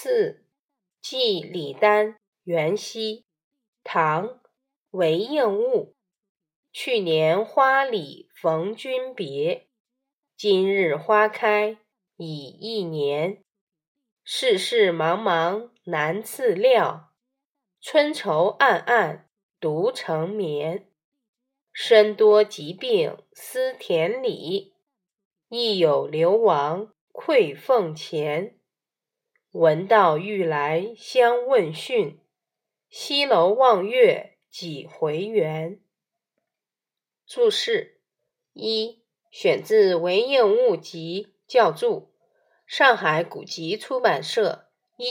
4. 祭李丹、元夕。唐·韦应物。去年花里逢君别，今日花开已一年。世事茫茫难自料，春愁暗暗独成眠。身多疾病思田里，亦有流亡愧俸钱。闻道欲来相问讯，西楼望月几回圆。注释一，选自韦应物集校注，上海古籍出版社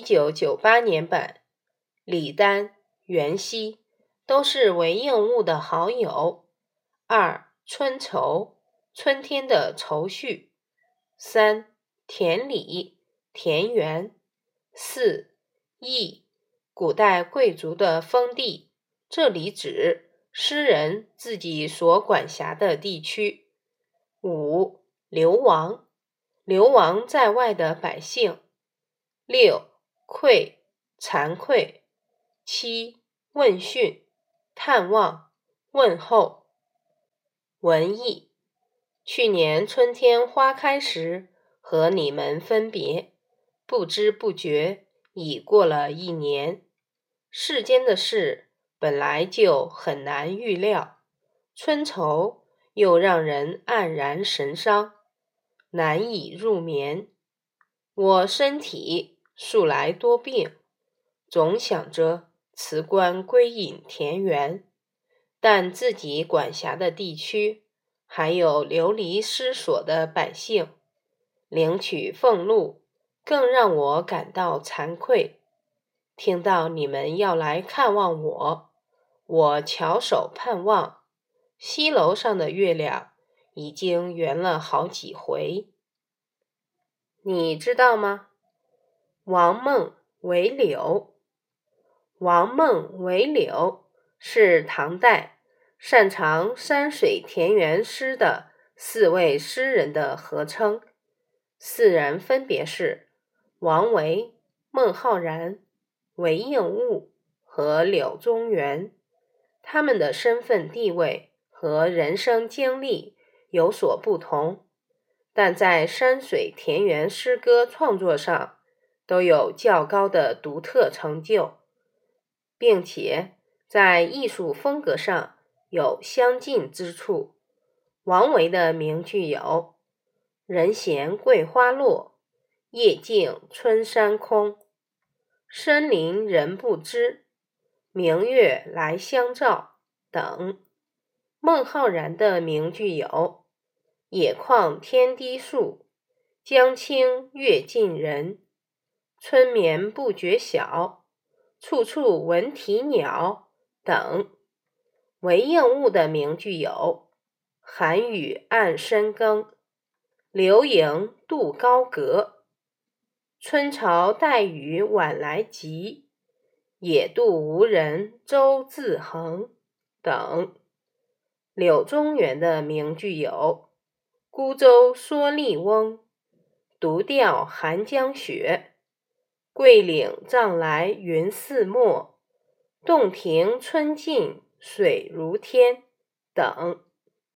1998年版。李丹、元夕都是韦应物的好友。2. 春愁，春天的愁绪。3. 田里，田园。4. 邑，古代贵族的封地，这里指诗人自己所管辖的地区。5. 流亡，流亡在外的百姓。6. 愧，惭愧。7. 问讯，探望，问候。文艺，去年春天花开时和你们分别，不知不觉已过了一年。世间的事本来就很难预料，春愁又让人黯然神伤，难以入眠。我身体素来多病，总想着辞官归隐田园，但自己管辖的地区还有流离失所的百姓，领取俸禄更让我感到惭愧。听到你们要来看望我，我翘首盼望，西楼上的月亮已经圆了好几回。你知道吗？王孟韦柳。王孟韦柳是唐代擅长山水田园诗的4位诗人的合称。4人分别是王维、孟浩然、韦应物和柳宗元。他们的身份地位和人生经历有所不同，但在山水田园诗歌创作上都有较高的独特成就，并且在艺术风格上有相近之处。王维的名句有人闲桂花落，夜静春山空，深林人不知，明月来相照等。孟浩然的名句有野旷天低树，江清月近人，春眠不觉晓，处处闻啼鸟等。韦应物的名句有寒雨暗深更，流萤渡高阁，春潮带雨晚来急，野渡无人舟自横等。柳宗元的名句有孤舟蓑笠翁，独钓寒江雪，桂岭帐来云似墨，洞庭春尽水如天等。